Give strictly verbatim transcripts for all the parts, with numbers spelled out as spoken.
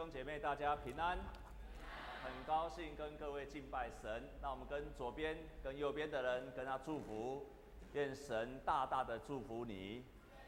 兄姐妹，大家平安。很高兴跟各位敬拜神。那我们跟左边、跟右边的人跟他祝福，愿神大大的祝福你。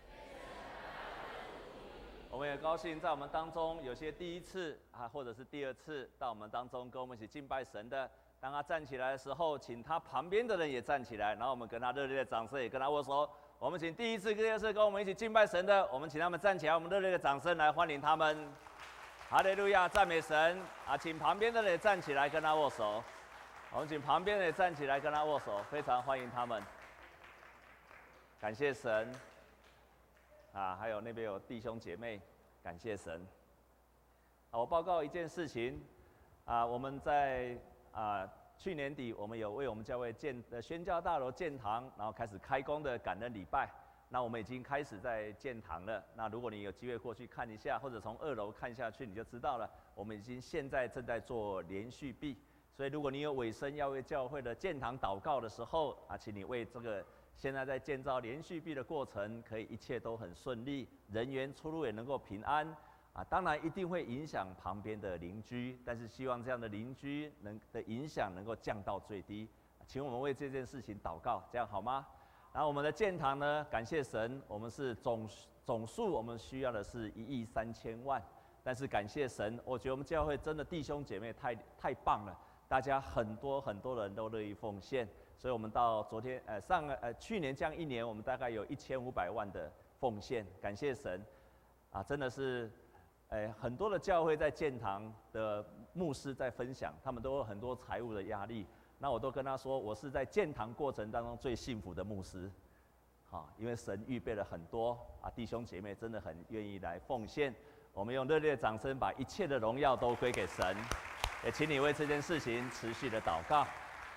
我们也高兴在我们当中有些第一次啊，或者是第二次到我们当中跟我们一起敬拜神的，当他站起来的时候，请他旁边的人也站起来，然后我们跟他热烈的掌声，也跟他握手。我们请第一次、第二次跟我们一起敬拜神的，我们请他们站起来，我们热烈的掌声来欢迎他们。哈利路亚，赞美神啊！请旁边的人也站起来跟他握手。我们请旁边的人也站起来跟他握手，非常欢迎他们。感谢神啊！还有那边有弟兄姐妹，感谢神。啊，我报告一件事情啊，我们在啊去年底，我们有为我们教会建的宣教大楼建堂，然后开始开工的感恩礼拜。那我们已经开始在建堂了。那如果你有机会过去看一下，或者从二楼看下去，你就知道了。我们已经现在正在做连续壁，所以如果你有尾声要为教会的建堂祷告的时候啊，请你为这个现在在建造连续壁的过程，可以一切都很顺利，人员出入也能够平安啊。当然一定会影响旁边的邻居，但是希望这样的邻居能的影响能够降到最低。请我们为这件事情祷告，这样好吗？然后我们的建堂呢，感谢神，我们是总总数我们需要的是一亿三千万，但是感谢神，我觉得我们教会真的弟兄姐妹太太棒了，大家很多很多人都乐意奉献，所以我们到昨天呃上呃去年这样一年，我们大概有一千五百万的奉献，感谢神，啊真的是，呃很多的教会在建堂的牧师在分享，他们都有很多财务的压力。那我都跟他说，我是在建堂过程当中最幸福的牧师，好，因为神预备了很多啊，弟兄姐妹真的很愿意来奉献。我们用热烈的掌声，把一切的荣耀都归给神。也请你为这件事情持续的祷告。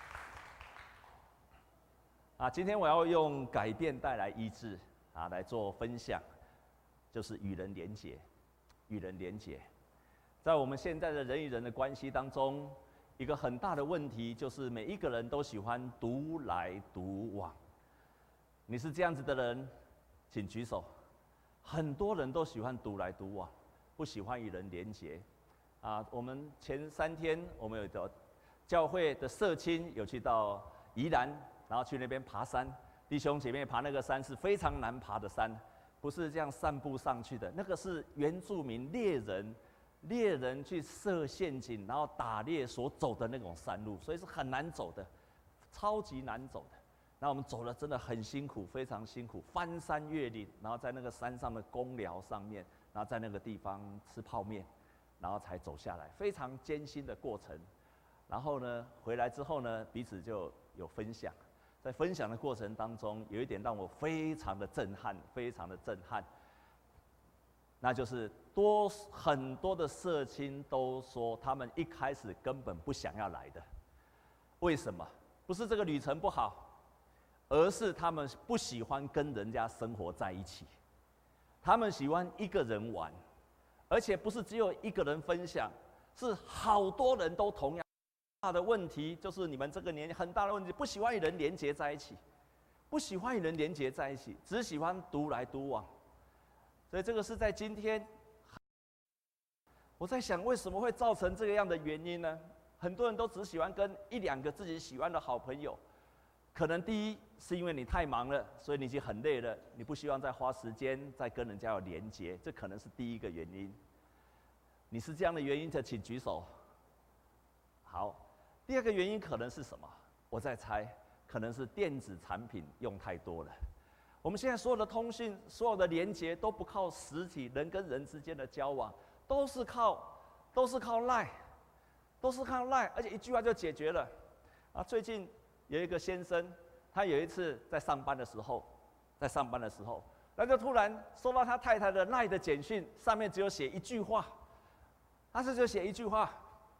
啊，今天我要用改变带来医治啊来做分享，就是与人连结，与人连结，在我们现在的人与人的关系当中。一个很大的问题就是每一个人都喜欢独来独往。你是这样子的人，请举手。很多人都喜欢独来独往，不喜欢与人连结。啊，我们前三天我们有的教会的社青有去到宜兰，然后去那边爬山。弟兄姐妹，爬那个山是非常难爬的山，不是这样散步上去的，那个是原住民猎人。猎人去设陷阱，然后打猎所走的那种山路，所以是很难走的，超级难走的。那我们走了真的很辛苦，非常辛苦，翻山越岭，然后在那个山上的公寮上面，然后在那个地方吃泡面，然后才走下来，非常艰辛的过程。然后呢，回来之后呢，彼此就有分享，在分享的过程当中，有一点让我非常的震撼，非常的震撼。那就是多很多的社青都说，他们一开始根本不想要来的。为什么？不是这个旅程不好，而是他们不喜欢跟人家生活在一起，他们喜欢一个人玩，而且不是只有一个人分享，是好多人都同样大的问题，就是你们这个年很大的问题，不喜欢与人连结在一起，不喜欢与人连结在一起，只喜欢独来独往。所以这个是在今天，我在想为什么会造成这个样的原因呢？很多人都只喜欢跟一两个自己喜欢的好朋友，可能第一是因为你太忙了，所以你已经很累了，你不希望再花时间再跟人家有连结，这可能是第一个原因。你是这样的原因的，请举手。好，第二个原因可能是什么？我在猜，可能是电子产品用太多了。我们现在所有的通讯、所有的连结都不靠实体人跟人之间的交往，都是靠都是靠 LINE， 都是靠 LINE， 而且一句话就解决了。啊，最近有一个先生，他有一次在上班的时候，在上班的时候，那就突然收到他太太的 LINE 的简讯，上面只有写一句话，他是就写一句话：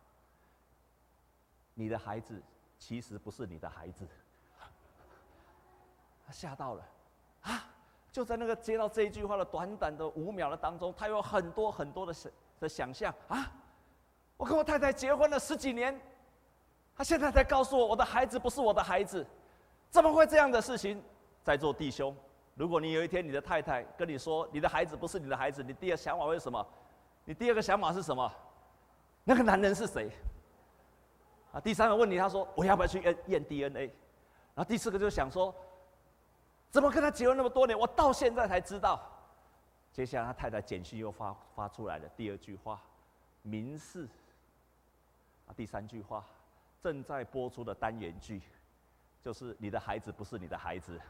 你的孩子其实不是你的孩子。他吓到了。啊！就在那个接到这一句话的短短的五秒的当中，他有很多很多的想的想象啊！我跟我太太结婚了十几年，他现在才告诉我，我的孩子不是我的孩子，怎么会这样的事情？在座弟兄，如果你有一天你的太太跟你说，你的孩子不是你的孩子，你第二个想法会是什么？你第二个想法是什么？ 那个男人是谁？啊，第三个问题，他说我要不要去验验 D N A？ 然后第四个就想说，怎么跟他结婚那么多年，我到现在才知道。接下来他太太简讯又发发出来了，第二句话，民事。啊，第三句话，正在播出的单元剧，就是你的孩子不是你的孩子。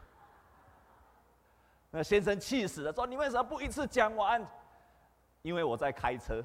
那先生气死了，说你为什么不一次讲完？因为我在开车。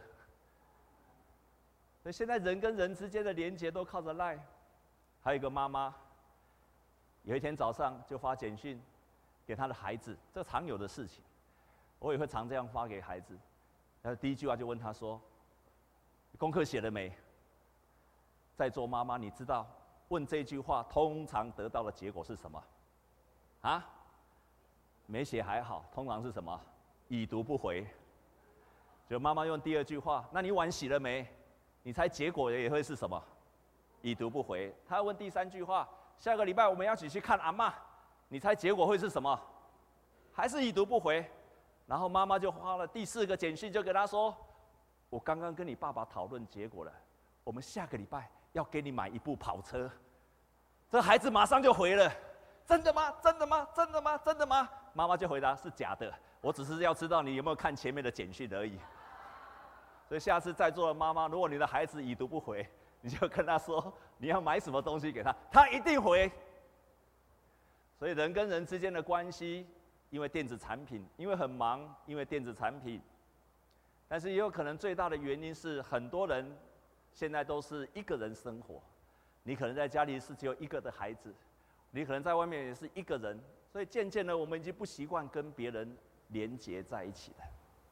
所以现在人跟人之间的连结都靠着赖。还有一个妈妈，有一天早上就发简讯给她的孩子，这常有的事情，我也会常这样发给孩子。然后第一句话就问他说：“功课写了没？”在座妈妈，你知道问这句话通常得到的结果是什么？啊？没写还好，通常是什么？已读不回。就妈妈用第二句话，那你碗洗了没？你猜结果也会是什么？已读不回。他要问第三句话，下个礼拜我们要一起去看阿嬷，你猜结果会是什么？还是已读不回。然后妈妈就花了第四个简讯，就跟他说：“我刚刚跟你爸爸讨论结果了，我们下个礼拜要给你买一部跑车。”这孩子马上就回了：“真的吗？真的吗？真的吗？真的吗？”妈妈就回答：“是假的，我只是要知道你有没有看前面的简讯而已。”所以下次在座的妈妈，如果你的孩子已读不回，你就跟他说你要买什么东西给他，他一定回。所以人跟人之间的关系，因为电子产品，因为很忙，因为电子产品，但是也有可能最大的原因是很多人现在都是一个人生活。你可能在家里是只有一个的孩子，你可能在外面也是一个人，所以渐渐的我们已经不习惯跟别人连结在一起了。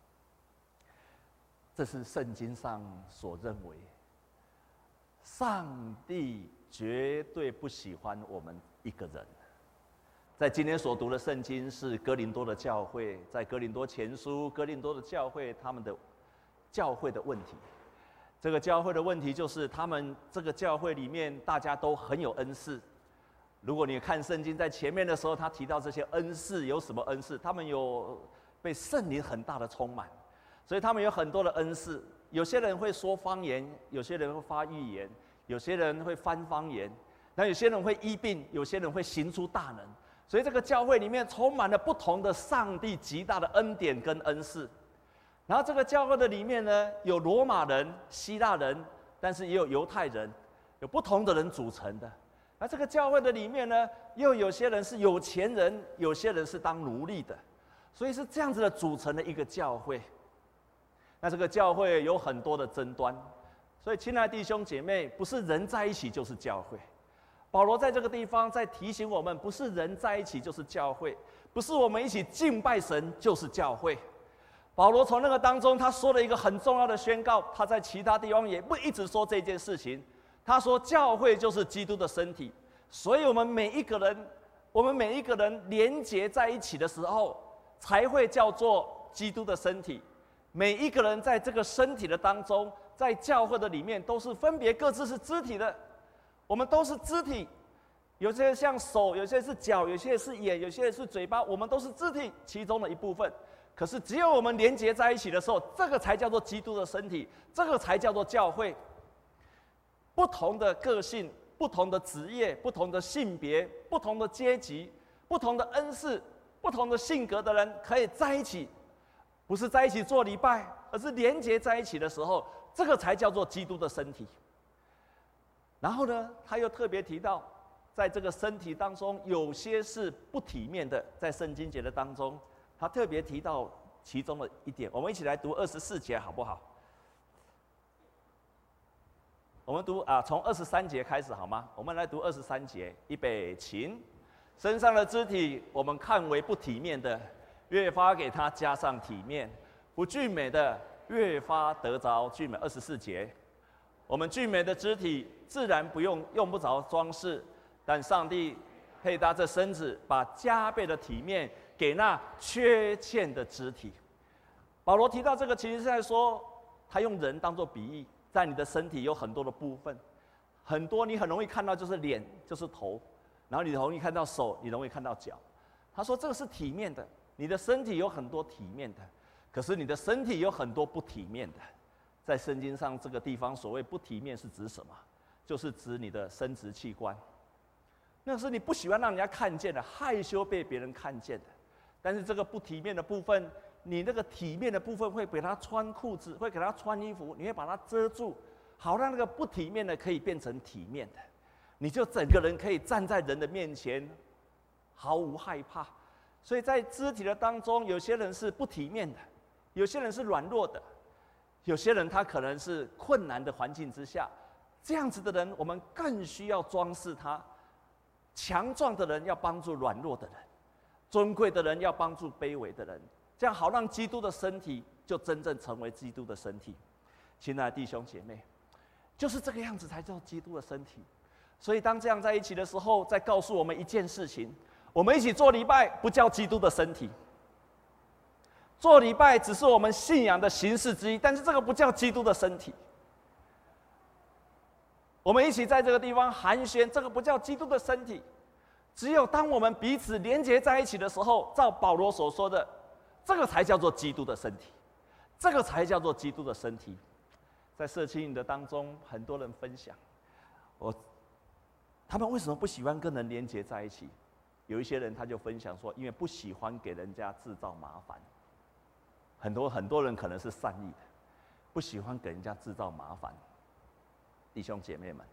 这是圣经上所认为，上帝绝对不喜欢我们一个人。在今天所读的圣经是哥林多的教会，在哥林多前书，哥林多的教会他们的教会的问题。这个教会的问题就是，他们这个教会里面大家都很有恩赐。如果你看圣经在前面的时候，他提到这些恩赐有什么恩赐？他们有被圣灵很大的充满。所以他们有很多的恩赐，有些人会说方言，有些人会发预言，有些人会翻方言，那有些人会医病，有些人会行出大能。所以这个教会里面充满了不同的上帝极大的恩典跟恩赐。然后这个教会的里面呢，有罗马人、希腊人，但是也有犹太人，有不同的人组成的。那这个教会的里面呢，又有些人是有钱人，有些人是当奴隶的，所以是这样子的组成的一个教会。那这个教会有很多的争端，所以亲爱的弟兄姐妹，不是人在一起就是教会。保罗在这个地方在提醒我们，不是人在一起就是教会，不是我们一起敬拜神就是教会。保罗从那个当中，他说了一个很重要的宣告，他在其他地方也不一直说这件事情。他说，教会就是基督的身体，所以我们每一个人，我们每一个人连结在一起的时候，才会叫做基督的身体。每一个人在这个身体的当中，在教会的里面，都是分别各自是肢体的。我们都是肢体，有些像手，有些是脚，有些是眼，有些是嘴巴，我们都是肢体其中的一部分。可是只有我们连结在一起的时候，这个才叫做基督的身体，这个才叫做教会。不同的个性、不同的职业、不同的性别、不同的阶级、不同的恩赐、不同的性格的人可以在一起。不是在一起做礼拜，而是连结在一起的时候，这个才叫做基督的身体。然后呢，他又特别提到，在这个身体当中，有些是不体面的，在圣经节的当中，他特别提到其中的一点。我们一起来读二十四节，好不好？我们读啊，从二十三节开始好吗？我们来读二十三节，预备起。身上的肢体，我们看为不体面的，越发给它加上体面；不俊美的，越发得着俊美。二十四节，我们俊美的肢体自然不用用不着装饰，但上帝配搭这身子，把加倍的体面给那缺欠的肢体。保罗提到这个，其实是在说，他用人当作比喻，在你的身体有很多的部分，很多你很容易看到就是脸，就是头，然后你容易看到手，你容易看到脚。他说这个是体面的。你的身体有很多体面的，可是你的身体有很多不体面的。 在圣经上这个地方所谓不体面是指什么？就是指你的生殖器官，那是你不喜欢让人家看见的，害羞被别人看见的。但是这个不体面的部分，你那个体面的部分会给他穿裤子，会给他穿衣服，你会把它遮住，好让那个不体面的可以变成体面的，你就整个人可以站在人的面前，毫无害怕。所以在肢体的当中，有些人是不体面的，有些人是软弱的，有些人他可能是困难的环境之下，这样子的人，我们更需要装饰他。强壮的人要帮助软弱的人，尊贵的人要帮助卑微的人，这样好让基督的身体就真正成为基督的身体。亲爱的弟兄姐妹，就是这个样子才叫基督的身体。所以当这样在一起的时候，再告诉我们一件事情：我们一起做礼拜，不叫基督的身体。做礼拜只是我们信仰的形式之一，但是这个不叫基督的身体。我们一起在这个地方寒暄，这个不叫基督的身体。只有当我们彼此连结在一起的时候，照保罗所说的，这个才叫做基督的身体，这个才叫做基督的身体。在社青营的当中，很多人分享，我他们为什么不喜欢跟人连结在一起？有一些人他就分享说，因为不喜欢给人家制造麻烦。很多很多人可能是善意的，不喜欢给人家制造麻烦。弟兄姐妹们，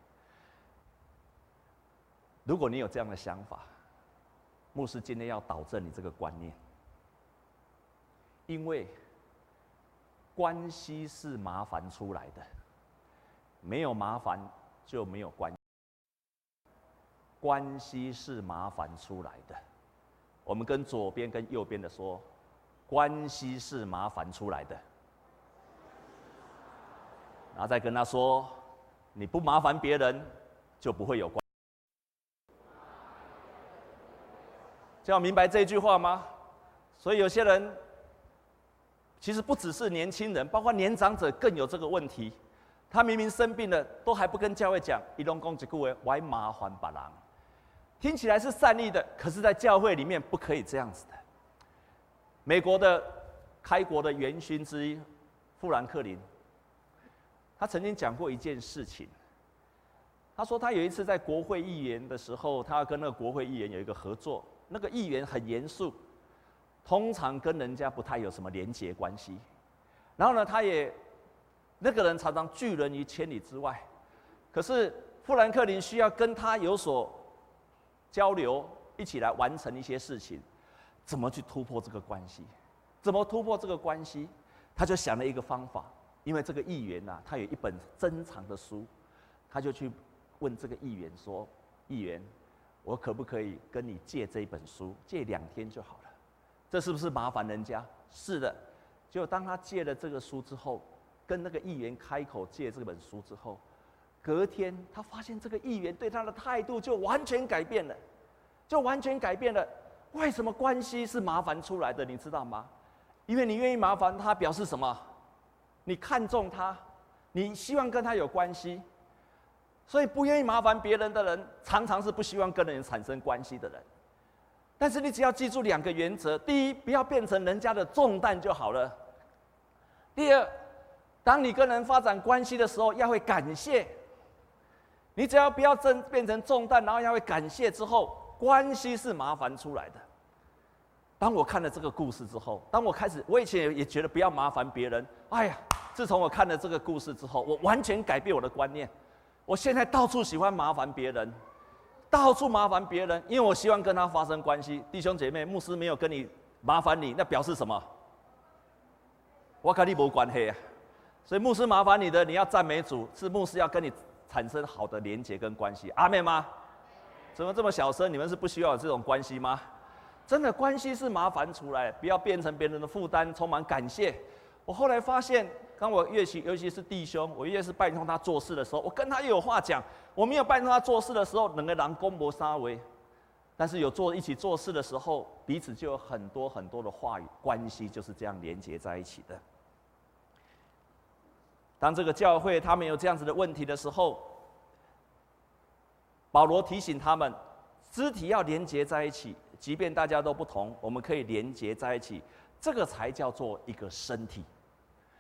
如果你有这样的想法，牧师今天要导正你这个观念，因为关系是麻烦出来的，没有麻烦就没有关系。关系是麻烦出来的，我们跟左边跟右边的说，关系是麻烦出来的，然后再跟他说，你不麻烦别人，就不会有关系。这样明白这句话吗？所以有些人，其实不只是年轻人，包括年长者更有这个问题。他明明生病了，都还不跟教会讲，他都说一句话，我要麻烦别人。听起来是善意的，可是在教会里面不可以这样子的。美国的开国的元勋之一富兰克林，他曾经讲过一件事情。他说他有一次在国会议员的时候，他要跟那个国会议员有一个合作，那个议员很严肃，通常跟人家不太有什么连结关系。然后呢，他也那个人常常拒人于千里之外，可是富兰克林需要跟他有所交流，一起来完成一些事情。怎么去突破这个关系？怎么突破这个关系？他就想了一个方法，因为这个议员啊，他有一本珍藏的书，他就去问这个议员说：“议员，我可不可以跟你借这一本书？借两天就好了。这是不是麻烦人家？”是的。结果当他借了这个书之后，跟那个议员开口借这本书之后，隔天他发现这个议员对他的态度就完全改变了，就完全改变了。为什么关系是麻烦出来的？你知道吗？因为你愿意麻烦他，表示什么？你看重他，你希望跟他有关系。所以不愿意麻烦别人的人，常常是不希望跟人产生关系的人。但是你只要记住两个原则：第一，不要变成人家的重担就好了；第二，当你跟人发展关系的时候，要会感谢。你只要不要真变成重担，然后要会感谢之后，关系是麻烦出来的。当我看了这个故事之后，当我开始，我以前也觉得不要麻烦别人。哎呀，自从我看了这个故事之后，我完全改变我的观念。我现在到处喜欢麻烦别人，到处麻烦别人，因为我希望跟他发生关系。弟兄姐妹，牧师没有跟你麻烦你，那表示什么？我跟你没关系啊。所以牧师麻烦你的，你要赞美主，是牧师要跟你产生好的连结跟关系。阿们吗？怎么这么小声？你们是不需要有这种关系吗？真的，关系是麻烦出来，不要变成别人的负担，充满感谢。我后来发现，当我越其尤其是弟兄，我越是拜托他做事的时候，我跟他又有话讲；我没有拜托他做事的时候，两个人公婆三维。但是有做一起做事的时候，彼此就有很多很多的话语，关系就是这样连结在一起的。当这个教会他们有这样子的问题的时候，保罗提醒他们，肢体要连结在一起，即便大家都不同，我们可以连结在一起，这个才叫做一个身体。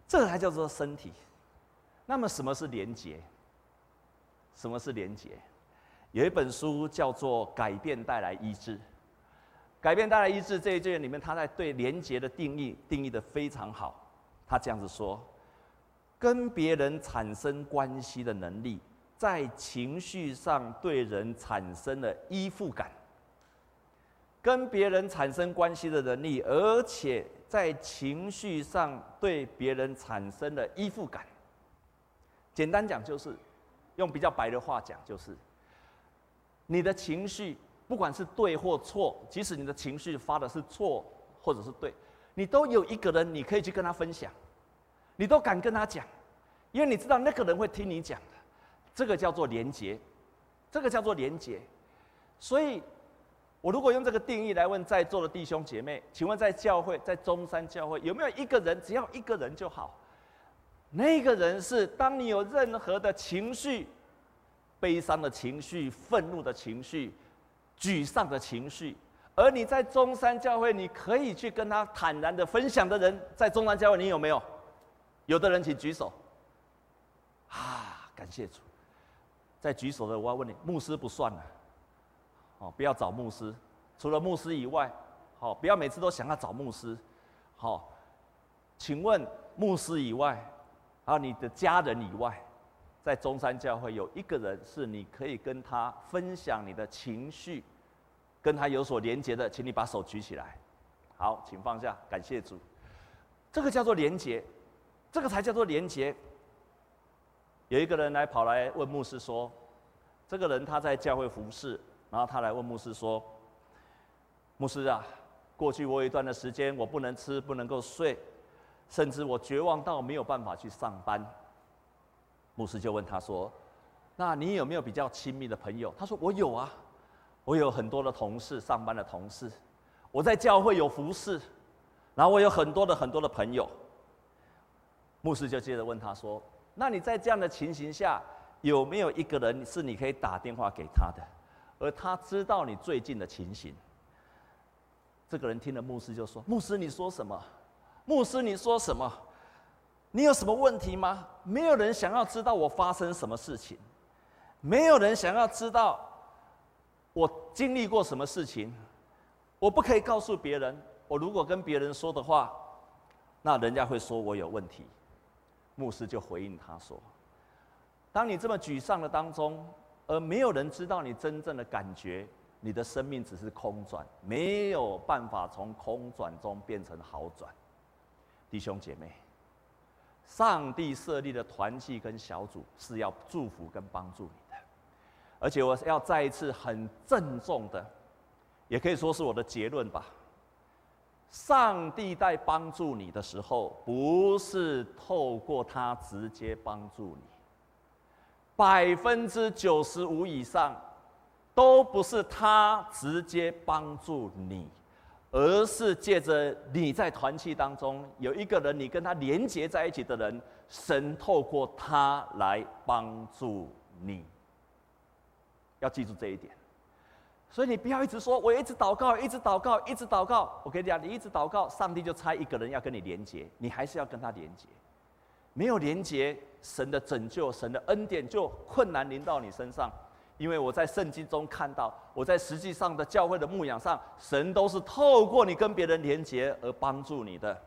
这才叫做身体。那么什么是连结？什么是连结？有一本书叫做《改变带来医治》，《改变带来医治》这一卷里面，他在对连结的定义定义的非常好。他这样子说：跟别人产生关系的能力，在情绪上对人产生了依附感。跟别人产生关系的能力，而且在情绪上对别人产生了依附感。简单讲就是，用比较白的话讲就是，你的情绪不管是对或错，即使你的情绪发的是错或者是对，你都有一个人你可以去跟他分享，你都敢跟他讲，因为你知道那个人会听你讲的。这个叫做连结，这个叫做连结。所以我如果用这个定义来问在座的弟兄姐妹，请问在教会，在中山教会有没有一个人，只要一个人就好，那个人是当你有任何的情绪，悲伤的情绪、愤怒的情绪、沮丧的情绪，而你在中山教会你可以去跟他坦然的分享的人，在中山教会你有没有？有的人请举手。啊，感谢主。在举手的我要问你，牧师不算了。哦，不要找牧师，除了牧师以外，好、哦，不要每次都想要找牧师。好、哦，请问牧师以外，还有你的家人以外，在中山教会有一个人是你可以跟他分享你的情绪，跟他有所连结的，请你把手举起来。好，请放下，感谢主。这个叫做连结，这个才叫做连结。有一个人来跑来问牧师说，这个人他在教会服侍。然后他来问牧师说：“牧师啊，过去我有一段的时间，我不能吃，不能够睡，甚至我绝望到没有办法去上班。”牧师就问他说：“那你有没有比较亲密的朋友？”他说：“我有啊，我有很多的同事，上班的同事，我在教会有服侍，然后我有很多的很多的朋友。”牧师就接着问他说：“那你在这样的情形下，有没有一个人是你可以打电话给他的？”而他知道你最近的情形。这个人听了牧师就说：“牧师，你说什么？牧师，你说什么？你有什么问题吗？没有人想要知道我发生什么事情，没有人想要知道我经历过什么事情。我不可以告诉别人，我如果跟别人说的话，那人家会说我有问题。”牧师就回应他说：“当你这么沮丧的当中，而没有人知道你真正的感觉，你的生命只是空转，没有办法从空转中变成好转。”弟兄姐妹，上帝设立的团契跟小组是要祝福跟帮助你的，而且我要再一次很郑重的，也可以说是我的结论吧。上帝在帮助你的时候，不是透过他直接帮助你。百分之九十五以上，都不是他直接帮助你，而是借着你在团契当中有一个人，你跟他连结在一起的人，神透过他来帮助你。要记住这一点。所以你不要一直说，我一直祷告，一直祷告，一直祷告。我跟你讲，你一直祷告，上帝就差一个人要跟你连结，你还是要跟他连结。没有连结，神的拯救、神的恩典就困难临到你身上。因为我在圣经中看到，我在实际上的教会的牧养上，神都是透过你跟别人连结而帮助你的。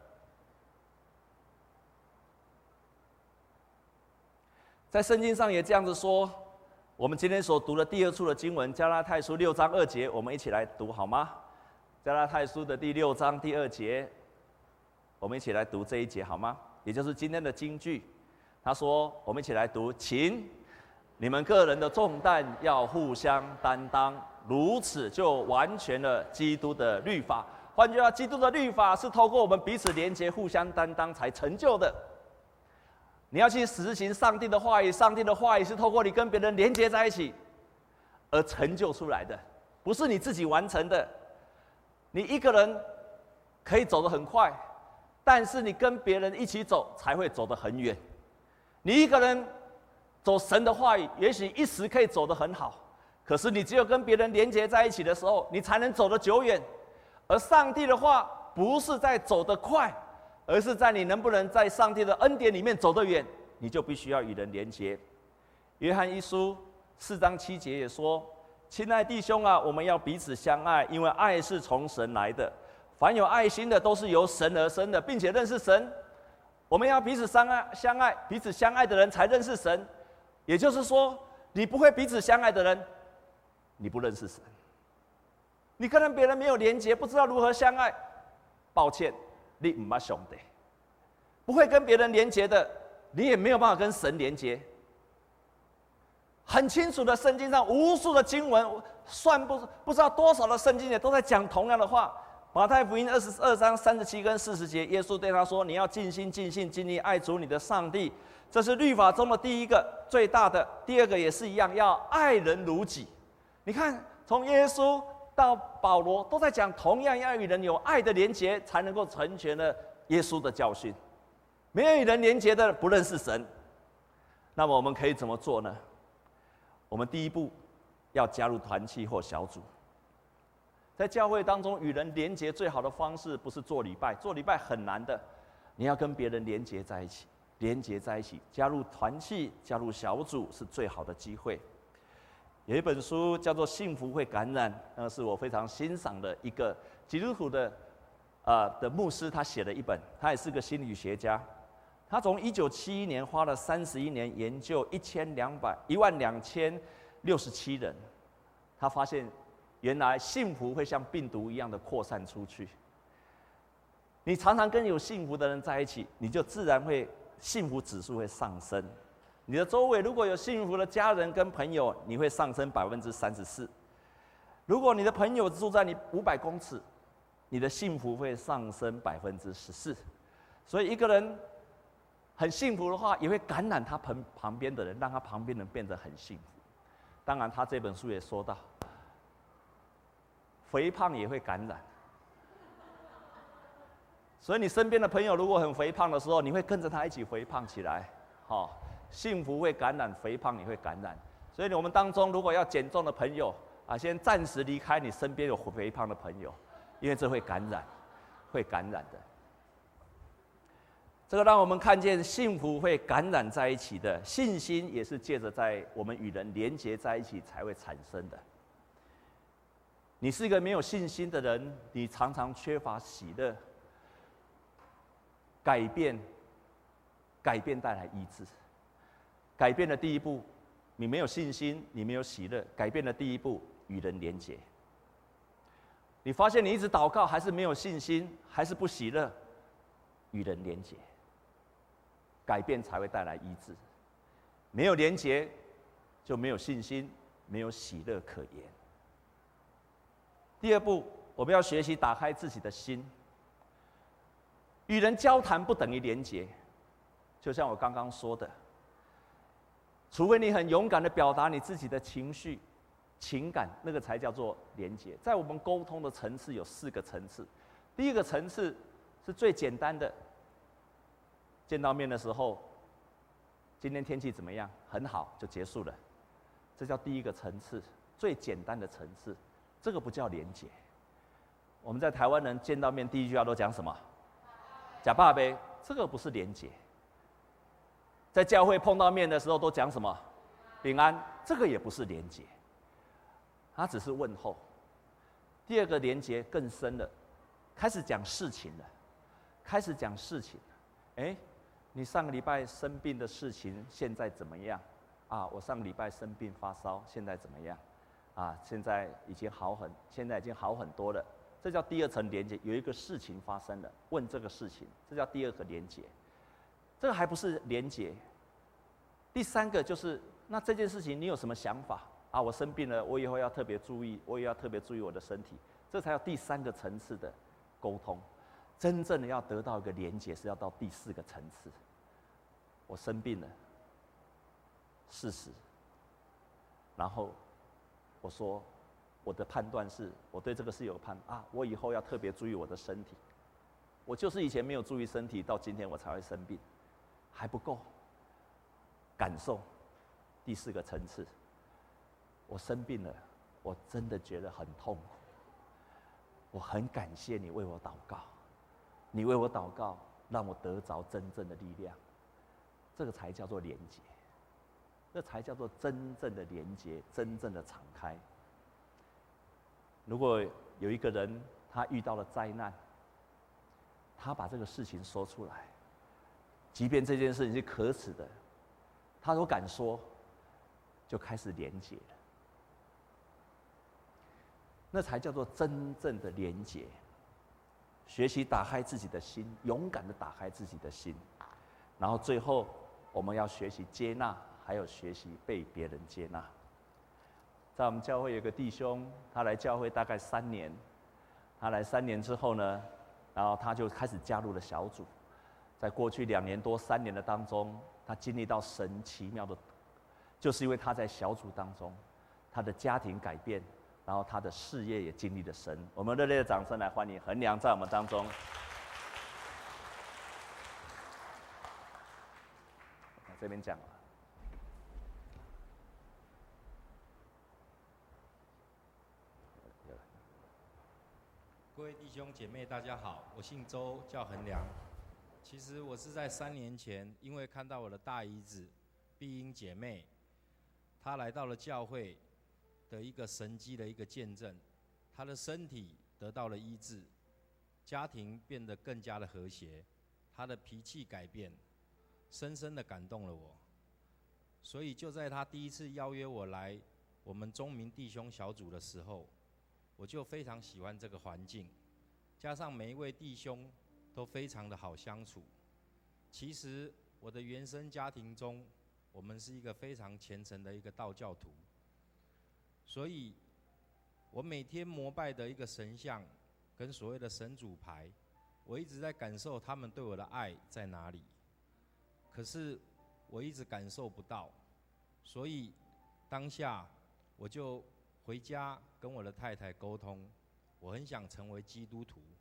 在圣经上也这样子说。我们今天所读的第二处的经文，加拉太书六章二节，我们一起来读好吗？加拉太书的第六章第二节，我们一起来读这一节好吗？也就是今天的金句。他说：“我们一起来读，请你们个人的重担要互相担当，如此就完全了基督的律法。”换句话，基督的律法是透过我们彼此连结、互相担当才成就的。你要去实行上帝的话语，上帝的话语是透过你跟别人连结在一起而成就出来的，不是你自己完成的。你一个人可以走得很快，但是你跟别人一起走才会走得很远。你一个人走神的话语，也许一时可以走得很好，可是你只有跟别人连结在一起的时候，你才能走得久远。而上帝的话不是在走得快， 而是在你能不能在上帝的恩典里面走得远，你就必须要与人连结。约翰一书四章七节也说：“亲爱弟兄啊，我们要彼此相爱，因为爱是从神来的。凡有爱心的，都是由神而生的，并且认识神。我们要彼此相爱，相爱，彼此相爱的人才认识神。也就是说，你不会彼此相爱的人，你不认识神。你跟别人没有连结，不知道如何相爱，抱歉，你不是兄弟。不会跟别人连结的，你也没有办法跟神连结。很清楚的，圣经上无数的经文，算不不知道多少的圣经也都在讲同样的话。马太福音二十二章三十七跟四十节，耶稣对他说：“你要尽心、尽性、尽力爱主你的上帝，这是律法中的第一个、最大的。第二个也是一样，要爱人如己。”你看，从耶稣到保罗都在讲同样要与人有爱的连结，才能够成全了耶稣的教训。没有与人连结的，不认识神。那么我们可以怎么做呢？我们第一步要加入团契或小组。在教会当中，与人连结最好的方式不是做礼拜，做礼拜很难的，你要跟别人连结在一起，连结在一起，加入团契、加入小组是最好的机会。有一本书叫做《幸福会感染》，那是我非常欣赏的一个基督徒的呃的牧师，他写了一本，他也是个心理学家。他从一九七一年花了三十一年研究一千两百一万两千六十七人，他发现原来幸福会像病毒一样的扩散出去。你常常跟有幸福的人在一起，你就自然会幸福指数会上升。你的周围如果有幸福的家人跟朋友，你会上升百分之三十四。如果你的朋友住在你五百公尺，你的幸福会上升百分之十四。所以一个人很幸福的话，也会感染他旁旁边的人，让他旁边人变得很幸福。当然，他这本书也说到，肥胖也会感染。所以你身边的朋友如果很肥胖的时候，你会跟着他一起肥胖起来。好、哦，幸福会感染，肥胖也会感染。所以我们当中如果要减重的朋友啊，先暂时离开你身边有肥胖的朋友，因为这会感染，会感染的。这个让我们看见幸福会感染在一起的，信心也是借着在我们与人连结在一起才会产生的。你是一个没有信心的人，你常常缺乏喜乐。改变，改变带来医治。改变的第一步，你没有信心，你没有喜乐。改变的第一步，与人连结。你发现你一直祷告还是没有信心，还是不喜乐，与人连结。改变才会带来医治。没有连结，就没有信心，没有喜乐可言。第二步，我们要学习打开自己的心。与人交谈不等于连结，就像我刚刚说的，除非你很勇敢的表达你自己的情绪、情感，那个才叫做连结。在我们沟通的层次有四个层次，第一个层次是最简单的，见到面的时候，今天天气怎么样？很好，就结束了，这叫第一个层次，最简单的层次，这个不叫连结。我们在台湾人见到面第一句话都讲什么？假爸呗，这个不是连结。在教会碰到面的时候都讲什么？平安，这个也不是连结，它只是问候。第二个连结更深了，开始讲事情了，开始讲事情。哎，你上个礼拜生病的事情现在怎么样？啊，我上个礼拜生病发烧，现在怎么样？啊，现在已经好很，现在已经好很多了。这叫第二层连结，有一个事情发生了，问这个事情，这叫第二个连结。这个还不是连结。第三个就是，那这件事情你有什么想法啊？我生病了，我以后要特别注意，我也要特别注意我的身体，这才有第三个层次的沟通。真正的要得到一个连结，是要到第四个层次。我生病了，事实，然后我说。我的判断是，我对这个事有判啊，我以后要特别注意我的身体。我就是以前没有注意身体，到今天我才会生病，还不够。感受，第四个层次，我生病了，我真的觉得很痛苦。我很感谢你为我祷告，你为我祷告， 让我得着真正的力量。这个才叫做连结，这才叫做真正的连结，真正的敞开。如果有一个人他遇到了灾难，他把这个事情说出来，即便这件事情是可耻的，他都敢说，就开始连结了。那才叫做真正的连结。学习打开自己的心，勇敢的打开自己的心，然后最后我们要学习接纳，还有学习被别人接纳。在我们教会有个弟兄，他来教会大概三年，他来三年之后呢，然后他就开始加入了小组。在过去两年多、三年的当中，他经历到神奇妙的，就是因为他在小组当中，他的家庭改变，然后他的事业也经历了神。我们热烈的掌声来欢迎衡良在我们当中。这边讲了。 各位弟兄姐妹，大家好，我姓周，叫衡良。其实我是在三年前，因为看到我的大姨子碧英姐妹，她来到了教会的一个神迹的一个见证，她的身体得到了医治，家庭变得更加的和谐，她的脾气改变，深深的感动了我。所以就在她第一次邀约我来我们中民弟兄小组的时候，我就非常喜欢这个环境，加上每一位弟兄都非常的好相处。其实我的原生家庭中，我们是一个非常虔诚的一个道教徒，所以我每天膜拜的一个神像跟所谓的神主牌，我一直在感受他们对我的爱在哪里，可是我一直感受不到，所以当下我就回家跟我的太太沟通，我很想成为基督徒。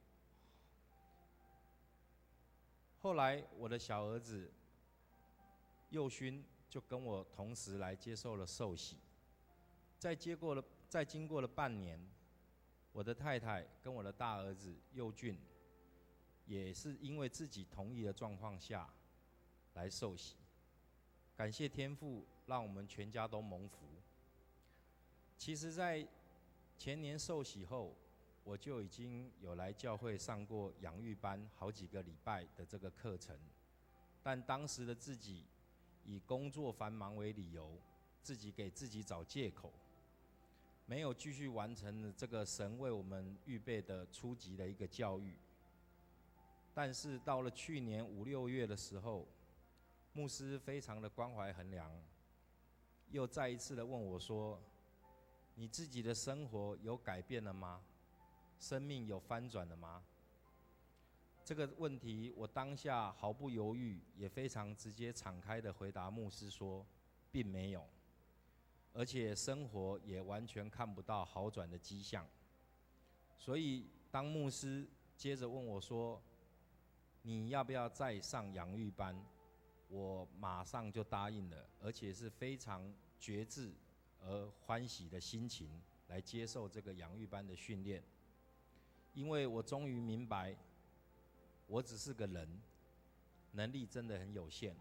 后来我的小儿子佑勋就跟我同时来接受了受洗，在接过了，在经过了半年，我的太太跟我的大儿子佑俊，也是因为自己同意的状况下来受洗。感谢天父，让我们全家都蒙福。其实，在前年受洗后，我就已经有来教会上过养育班好几个礼拜的这个课程，但当时的自己以工作繁忙为理由，自己给自己找借口，没有继续完成这个神为我们预备的初级的一个教育。但是到了去年五六月的时候，牧师非常的关怀衡良，又再一次的问我说：“你自己的生活有改变了吗？生命有翻转了吗？”这个问题，我当下毫不犹豫，也非常直接敞开的回答牧师说，并没有，而且生活也完全看不到好转的迹象。所以，当牧师接着问我说：“你要不要再上养育班？”我马上就答应了，而且是非常觉志而欢喜的心情来接受这个养育班的训练，因为我终于明白，我只是个人，能力真的很有限。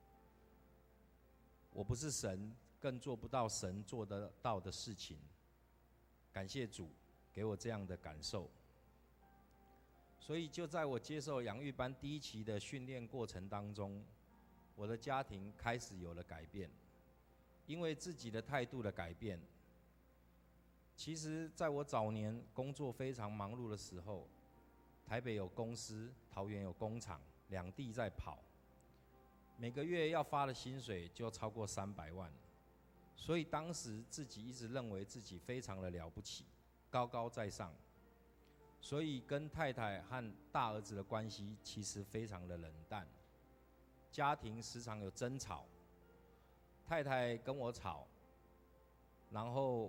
我不是神，更做不到神做得到的事情。感谢主给我这样的感受。所以就在我接受养育班第一期的训练过程当中，我的家庭开始有了改变，因为自己的态度的改变。其实在我早年工作非常忙碌的时候，台北有公司，桃园有工厂，两地在跑，每个月要发的薪水就超过三百万，所以当时自己一直认为自己非常的了不起，高高在上，所以跟太太和大儿子的关系其实非常的冷淡，家庭时常有争吵，太太跟我吵，然后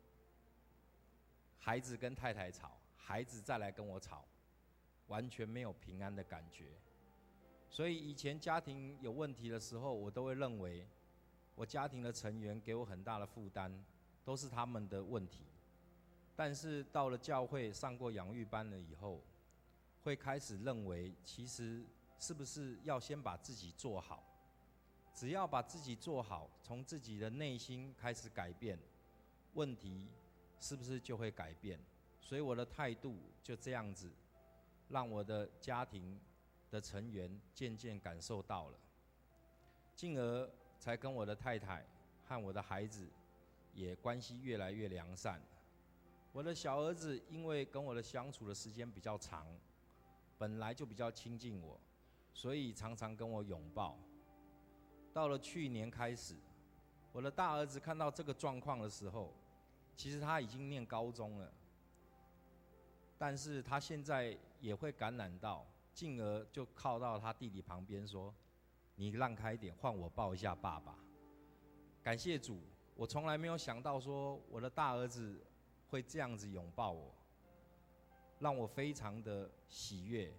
孩子跟太太吵，孩子再来跟我吵，完全没有平安的感觉。所以以前家庭有问题的时候，我都会认为我家庭的成员给我很大的负担，都是他们的问题。但是到了教会上过养育班了以后，会开始认为其实是不是要先把自己做好？只要把自己做好，从自己的内心开始改变，问题是不是就会改变？所以我的态度就这样子，让我的家庭的成员渐渐感受到了，进而才跟我的太太和我的孩子也关系越来越良善。我的小儿子因为跟我的相处的时间比较长，本来就比较亲近我，所以常常跟我拥抱。到了去年开始，我的大儿子看到这个状况的时候，其实他已经念高中了，但是他现在也会感染到，进而就靠到他弟弟旁边说：“你让开一点，换我抱一下爸爸。”感谢主，我从来没有想到说我的大儿子会这样子拥抱我，让我非常的喜悦，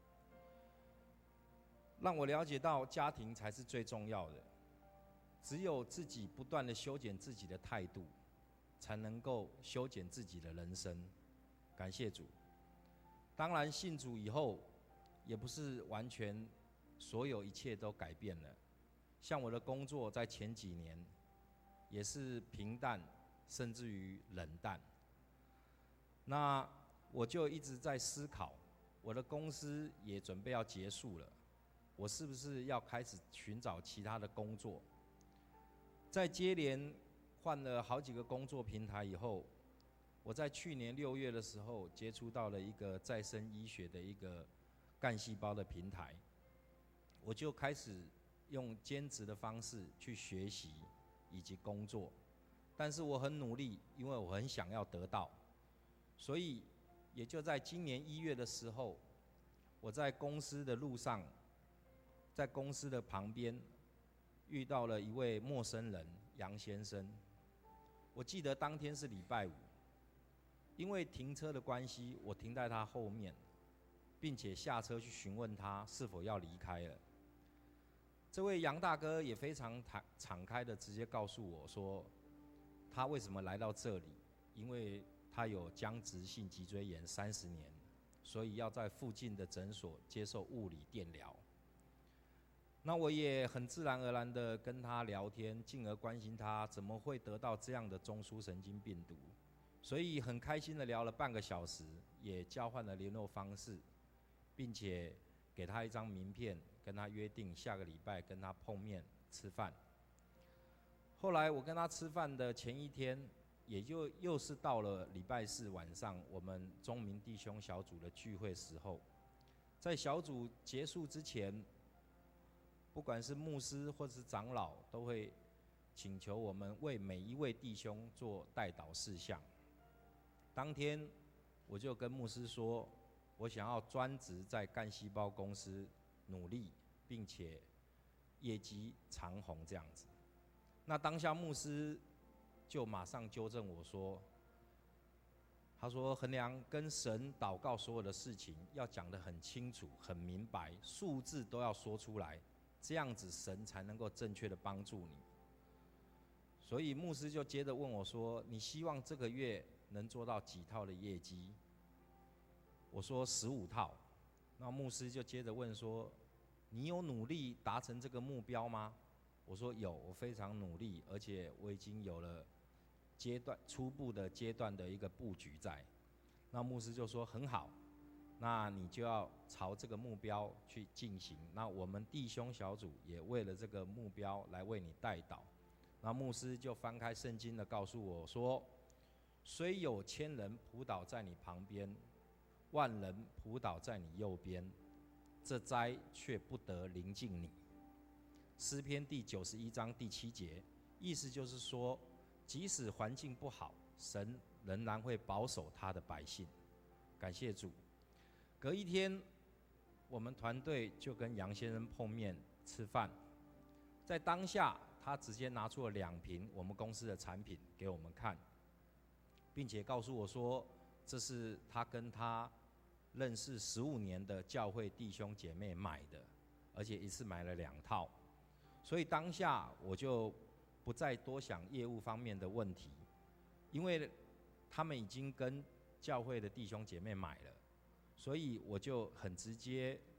让我了解到家庭才是最重要的。只有自己不断的修剪自己的态度，才能够修剪自己的人生。感谢主。当然信主以后，也不是完全所有一切都改变了。像我的工作在前几年也是平淡，甚至于冷淡。那我就一直在思考，我的公司也准备要结束了，我是不是要开始寻找其他的工作？在接连换了好几个工作平台以后，我在去年六月的时候接触到了一个再生医学的一个干细胞的平台，我就开始用兼职的方式去学习以及工作，但是我很努力，因为我很想要得到，所以也就在今年一月的时候，我在公司的路上，在公司的旁边遇到了一位陌生人杨先生。我记得当天是礼拜五，因为停车的关系，我停在他后面，并且下车去询问他是否要离开了。这位杨大哥也非常敞开的直接告诉我说，他为什么来到这里，因为他有僵直性脊椎炎三十年，所以要在附近的诊所接受物理电疗。那我也很自然而然的跟他聊天，进而关心他怎么会得到这样的中枢神经病毒，所以很开心的聊了半个小时，也交换了联络方式，并且给他一张名片，跟他约定下个礼拜跟他碰面吃饭。后来我跟他吃饭的前一天，也就又是到了礼拜四晚上，我们中民弟兄小组的聚会时候，在小组结束之前，不管是牧师或是长老，都会请求我们为每一位弟兄做代祷事项。当天我就跟牧师说，我想要专职在干细胞公司努力，并且业绩长红这样子。那当下牧师就马上纠正我说，他说衡量跟神祷告所有的事情要讲得很清楚很明白，数字都要说出来，这样子神才能够正确的帮助你。所以牧师就接着问我说，你希望这个月能做到几套的业绩？我说十五套。那牧师就接着问说，你有努力达成这个目标吗？我说有，我非常努力，而且我已经有了阶段初步的阶段的一个布局在。那牧师就说很好，那你就要朝这个目标去进行。那我们弟兄小组也为了这个目标来为你代祷。那牧师就翻开圣经的告诉我说，虽有千人仆倒在你旁边，万人仆倒在你右边，这灾却不得临近你。诗篇第九十一章第七节，意思就是说，即使环境不好，神仍然会保守他的百姓。感谢主。隔一天，我们团队就跟杨先生碰面吃饭，在当下，他直接拿出了两瓶我们公司的产品给我们看，并且告诉我说，这是他跟他认识十五年的教会弟兄姐妹买的，而且一次买了两套。所以当下我就不再多想业务方面的问题，因为他们已经跟教会的弟兄姐妹买了，所以我就很直接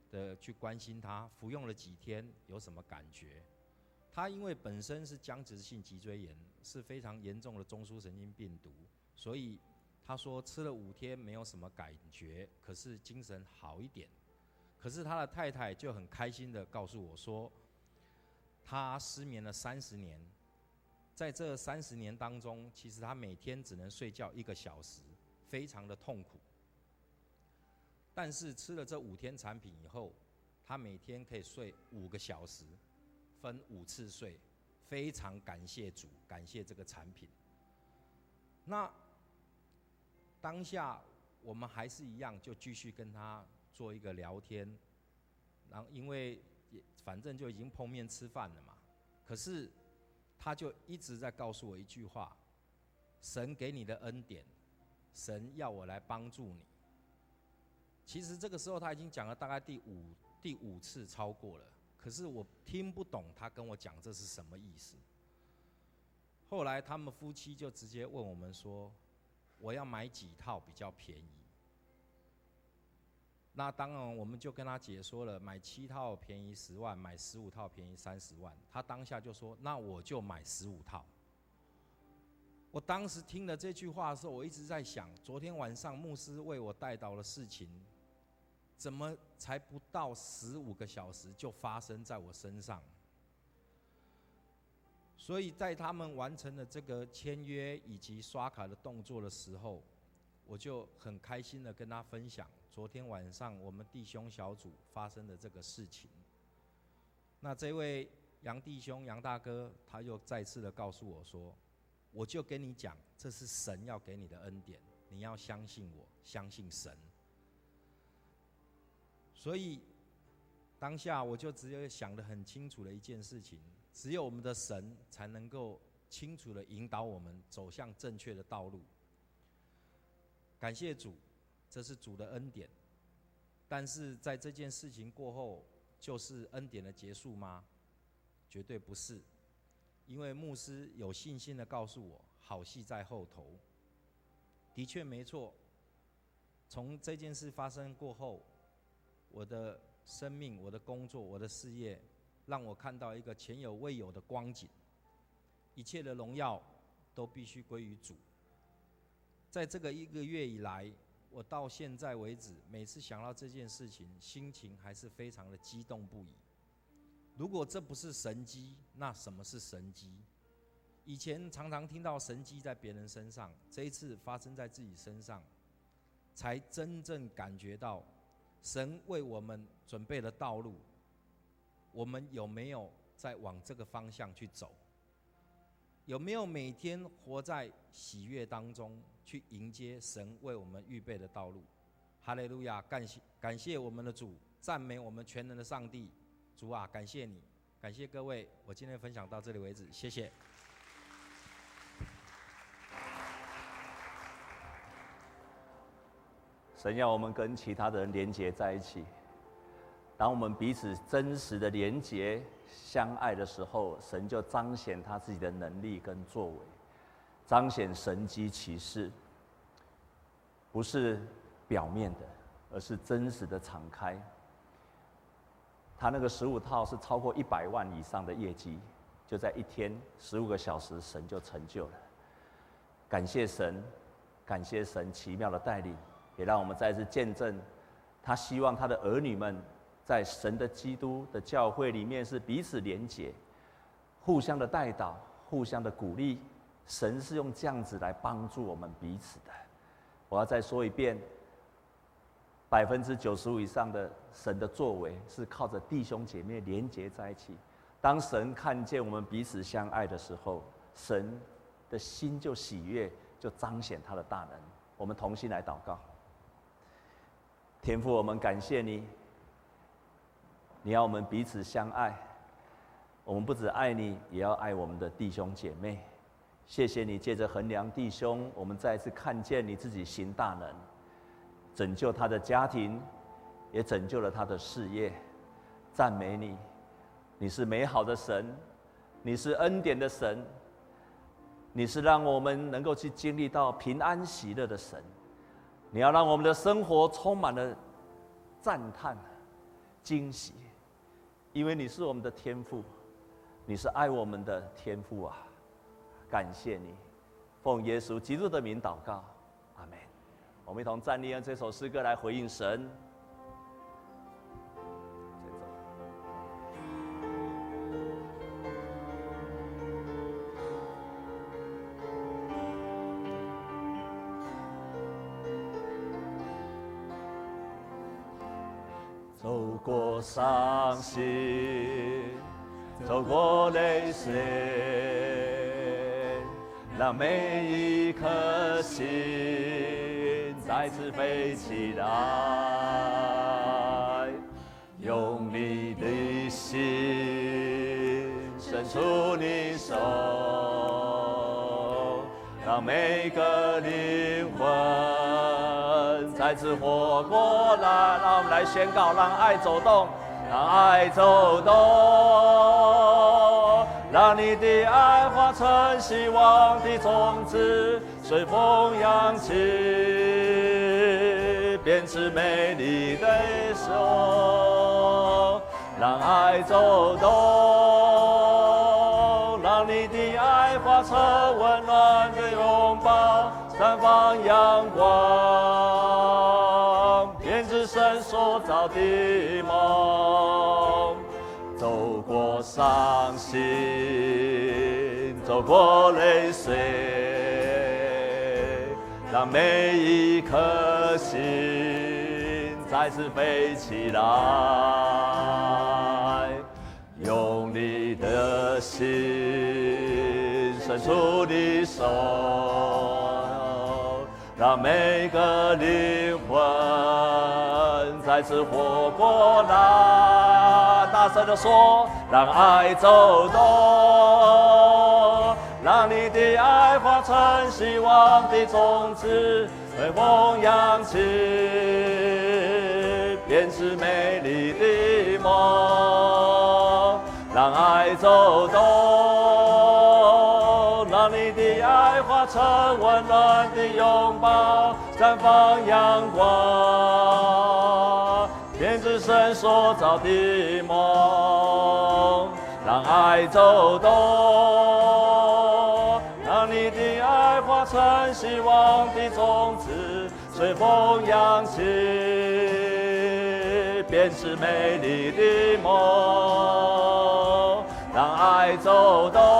的去关心他服用了几天有什么感觉。他因为本身是僵直性脊椎炎，是非常严重的中枢神经病毒，所以他说吃了五天没有什么感觉，可是精神好一点。可是他的太太就很开心的告诉我说，他失眠了三十年，在这三十年当中，其实他每天只能睡觉一个小时，非常的痛苦。但是吃了这五天产品以后，他每天可以睡五个小时，分五次睡，非常感谢主，感谢这个产品。那当下我们还是一样，就继续跟他做一个聊天，然后因为反正就已经碰面吃饭了嘛，可是他就一直在告诉我一句话：神给你的恩典，神要我来帮助你。其实这个时候他已经讲了大概第五第五次超过了，可是我听不懂他跟我讲这是什么意思。后来他们夫妻就直接问我们说，我要买几套比较便宜？那当然我们就跟他解说了，买七套便宜十万，买十五套便宜三十万。他当下就说，那我就买十五套。我当时听了这句话的时候，我一直在想，昨天晚上牧师为我带导的事情，怎么才不到十五个小时就发生在我身上？所以在他们完成了这个签约以及刷卡的动作的时候，我就很开心的跟他分享昨天晚上我们弟兄小组发生的这个事情。那这位杨弟兄杨大哥，他又再次的告诉我说，我就跟你讲，这是神要给你的恩典，你要相信我，相信神。所以当下我就只有想得很清楚的一件事情，只有我们的神才能够清楚的引导我们走向正确的道路。感谢主，这是主的恩典。但是在这件事情过后，就是恩典的结束吗？绝对不是。因为牧师有信心的告诉我，好戏在后头。的确没错，从这件事发生过后，我的生命、我的工作、我的事业，让我看到一个前有未有的光景。一切的荣耀都必须归于主。在这个一个月以来，我到现在为止，每次想到这件事情，心情还是非常的激动不已。如果这不是神迹，那什么是神迹？以前常常听到神迹在别人身上，这一次发生在自己身上，才真正感觉到神为我们准备的道路，我们有没有在往这个方向去走？有没有每天活在喜悦当中，去迎接神为我们预备的道路？哈利路亚！感谢感谢我们的主，赞美我们全能的上帝。主啊，感谢你，感谢各位。我今天分享到这里为止，谢谢。 神要我们跟其他的人连结在一起。当我们彼此真实的连结、相爱的时候，神就彰显他自己的能力跟作为，彰显神迹奇事，不是表面的，而是真实的敞开。他那个十五套是超过一百万以上的业绩，就在一天十五个小时，神就成就了。感谢神，感谢神奇妙的带领，也让我们再次见证，他希望他的儿女们在神的基督的教会里面是彼此连结，互相的带导，互相的鼓励。神是用这样子来帮助我们彼此的。我要再说一遍。百分之九十五以上的神的作为是靠着弟兄姐妹连结在一起。当神看见我们彼此相爱的时候，神的心就喜悦，就彰显他的大能。我们同心来祷告。天父，我们感谢你，你要我们彼此相爱。我们不只爱你，也要爱我们的弟兄姐妹。谢谢你借着衡量弟兄，我们再一次看见你自己行大能。拯救他的家庭，也拯救了他的事业。赞美你，你是美好的神，你是恩典的神，你是让我们能够去经历到平安喜乐的神。你要让我们的生活充满了赞叹、 惊喜，因为你是我们的天父，你是爱我们的天父啊！感谢你，奉耶稣基督的名祷告，阿们。我们一同站立，用这首诗歌来回应神。走过伤心，走过泪水，让每一颗心再次飞起来，用你的心伸出你手，让每个灵魂再次活过来。让我们来宣告，让爱走动，让爱走动，让你的爱化成希望的种子，随风扬起，变成美丽的手。让爱走动，让你的爱化成温暖的拥抱，绽放阳光，编织神所造的梦。走过伤心，走过泪水，让每一颗心再次飞起来，用你的心伸出你手，让每个灵魂再次活过来。大声地说，让爱走动，让你的爱化成希望的种子，随风扬起，变成美丽的梦。让爱走动，让你的爱化成温暖的拥抱，绽放阳光，编织神所造的梦。让爱走动，让你的爱化成希望的种子，随风扬起，变成美丽的梦。让爱走动，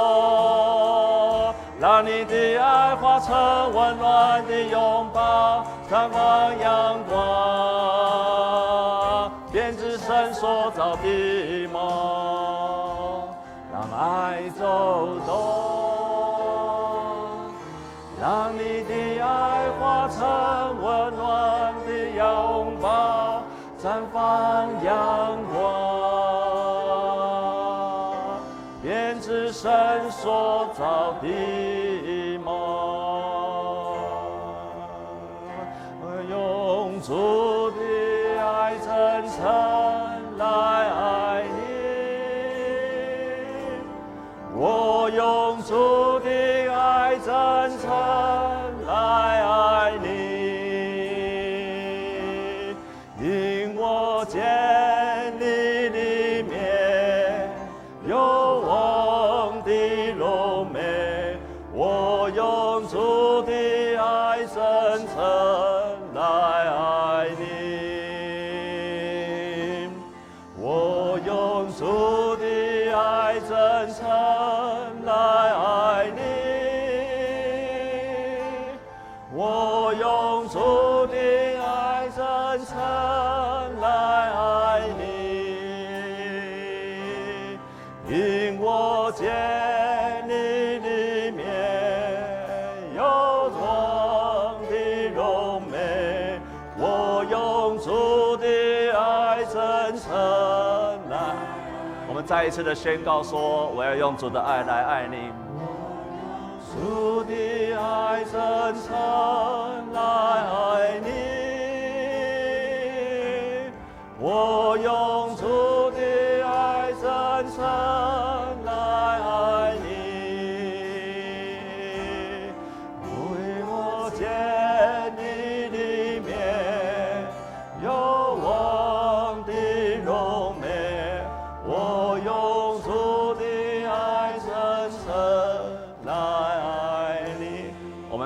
让你的爱化成温暖的拥抱，绽放阳光，编织神所造的梦。让爱走动，让你的爱化成温暖的拥抱，绽放阳光，编织神所造的梦。用主的爱真诚来爱你，我用主的爱真诚来爱你，因我见你里面有王的荣美，我用主的爱真诚来爱你，我用主的爱真诚来爱你，我用主的爱真诚来爱你，因我见你里面有光的荣美，我用主的爱真诚来。我们再一次的宣告说，我要用主的爱来爱你。主的爱真诚来爱你，我用主的爱真诚来爱你，因我见你里面有王的荣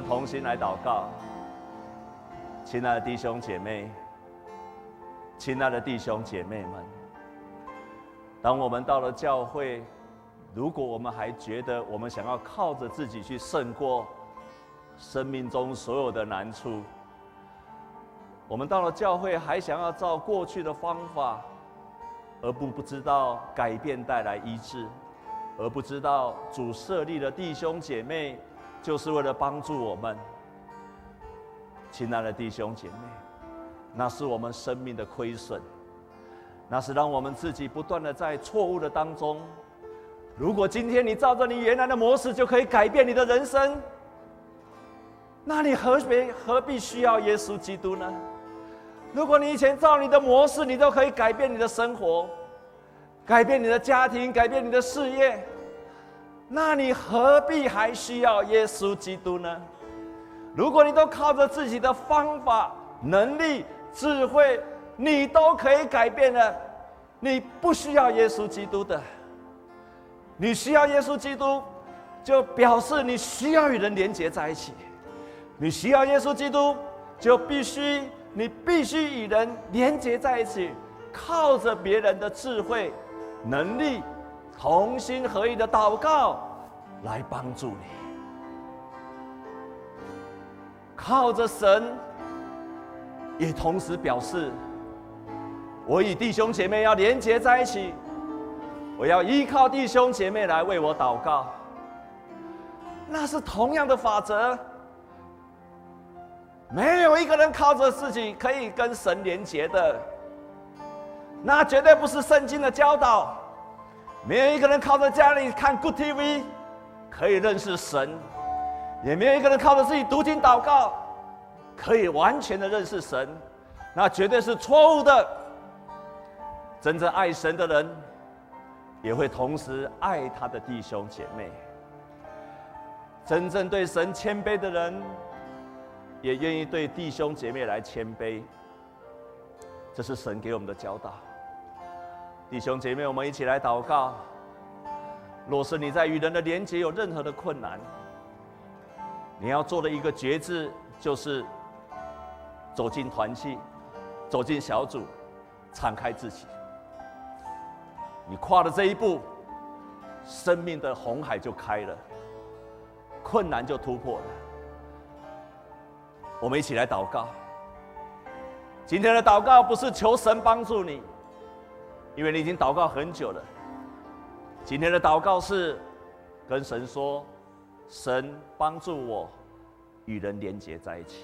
同心来祷告。亲爱的弟兄姐妹，亲爱的弟兄姐妹们，当我们到了教会，如果我们还觉得我们想要靠着自己去胜过生命中所有的难处，我们到了教会还想要照过去的方法，而不不知道改变带来医治，而不知道主设立的弟兄姐妹就是为了帮助我们。亲爱的弟兄姐妹，那是我们生命的亏损，那是让我们自己不断的在错误的当中。如果今天你照着你原来的模式就可以改变你的人生，那你何必何必需要耶稣基督呢？如果你以前照你的模式，你都可以改变你的生活，改变你的家庭，改变你的事业，那你何必还需要耶稣基督呢？如果你都靠着自己的方法、能力、智慧，你都可以改变了，你不需要耶稣基督的。你需要耶稣基督，就表示你需要与人连结在一起。你需要耶稣基督，就必须你必须与人连结在一起，靠着别人的智慧、能力，同心合意的祷告来帮助你。靠着神，也同时表示我与弟兄姐妹要连结在一起，我要依靠弟兄姐妹来为我祷告。那是同样的法则，没有一个人靠着自己可以跟神连结的，那绝对不是圣经的教导。没有一个人靠着家里看 Good T V 可以认识神，也没有一个人靠着自己读经祷告可以完全的认识神，那绝对是错误的。真正爱神的人，也会同时爱他的弟兄姐妹。真正对神谦卑的人，也愿意对弟兄姐妹来谦卑。这是神给我们的教导。弟兄姐妹，我们一起来祷告。若是你在与人的连结有任何的困难，你要做的一个决志，就是走进团契，走进小组，敞开自己。你跨了这一步，生命的红海就开了，困难就突破了。我们一起来祷告。今天的祷告不是求神帮助你，因为你已经祷告很久了。今天的祷告是跟神说，神帮助我与人连结在一起。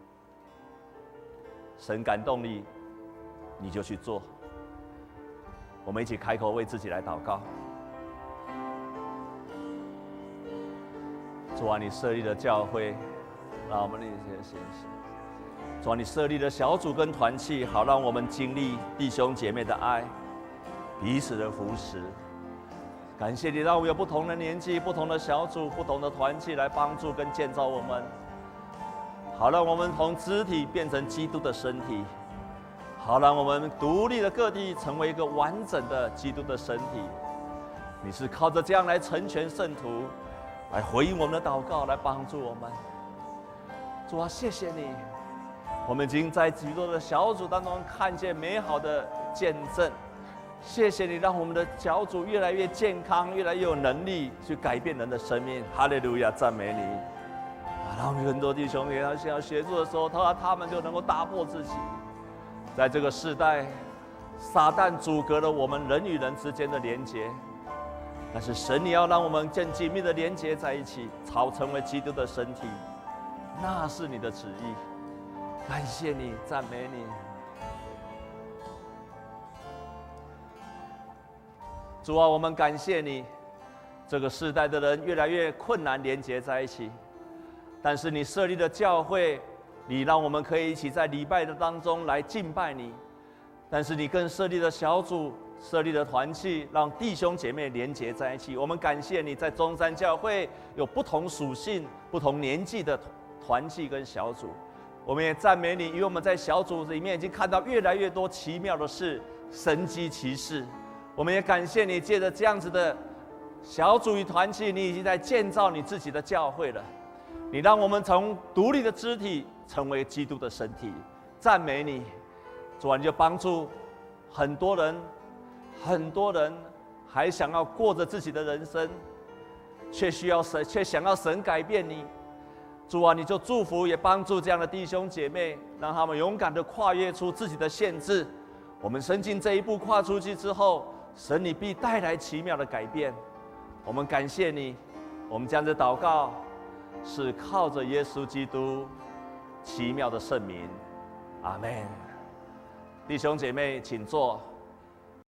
神感动你，你就去做。我们一起开口为自己来祷告。主啊，你设立的教会，让我们那些先生。主啊，你设立的小组跟团契，好让我们经历弟兄姐妹的爱，彼此的扶持。感谢你让我们有不同的年纪、不同的小组、不同的团契来帮助跟建造我们，好让我们从肢体变成基督的身体，好让我们独立的个体成为一个完整的基督的身体。你是靠着这样来成全圣徒，来回应我们的祷告，来帮助我们。主啊，谢谢你，我们已经在许多的小组当中看见美好的见证。谢谢你，让我们的小组越来越健康，越来越有能力去改变人的生命。哈利路亚，赞美你！让我们很多弟兄姐妹想要协助的时候，他他们就能够打破自己。在这个世代，撒旦阻隔了我们人与人之间的连结，但是神，你要让我们更紧密的连结在一起，好成为基督的身体，那是你的旨意。感谢你，赞美你。主啊，我们感谢你，这个世代的人越来越困难连结在一起，但是你设立的教会，你让我们可以一起在礼拜的当中来敬拜你，但是你更设立的小组、设立的团契，让弟兄姐妹连结在一起。我们感谢你在中山教会有不同属性、不同年纪的团契跟小组，我们也赞美你，因为我们在小组里面已经看到越来越多奇妙的事、神迹奇事。我们也感谢你，借着这样子的小组与团契，你已经在建造你自己的教会了。 你让我们从独立的肢体成为基督的身体，赞美你。主啊，你就帮助很多人，很多人还想要过着自己的人生，却需要神，却想要神改变你。主啊，你就祝福也帮助这样的弟兄姐妹，让他们勇敢地跨越出自己的限制。我们深信这一步跨出去之后，神你必带来奇妙的改变。我们感谢你，我们这样的祷告是靠着耶稣基督奇妙的圣名，阿们。弟兄姐妹，请坐。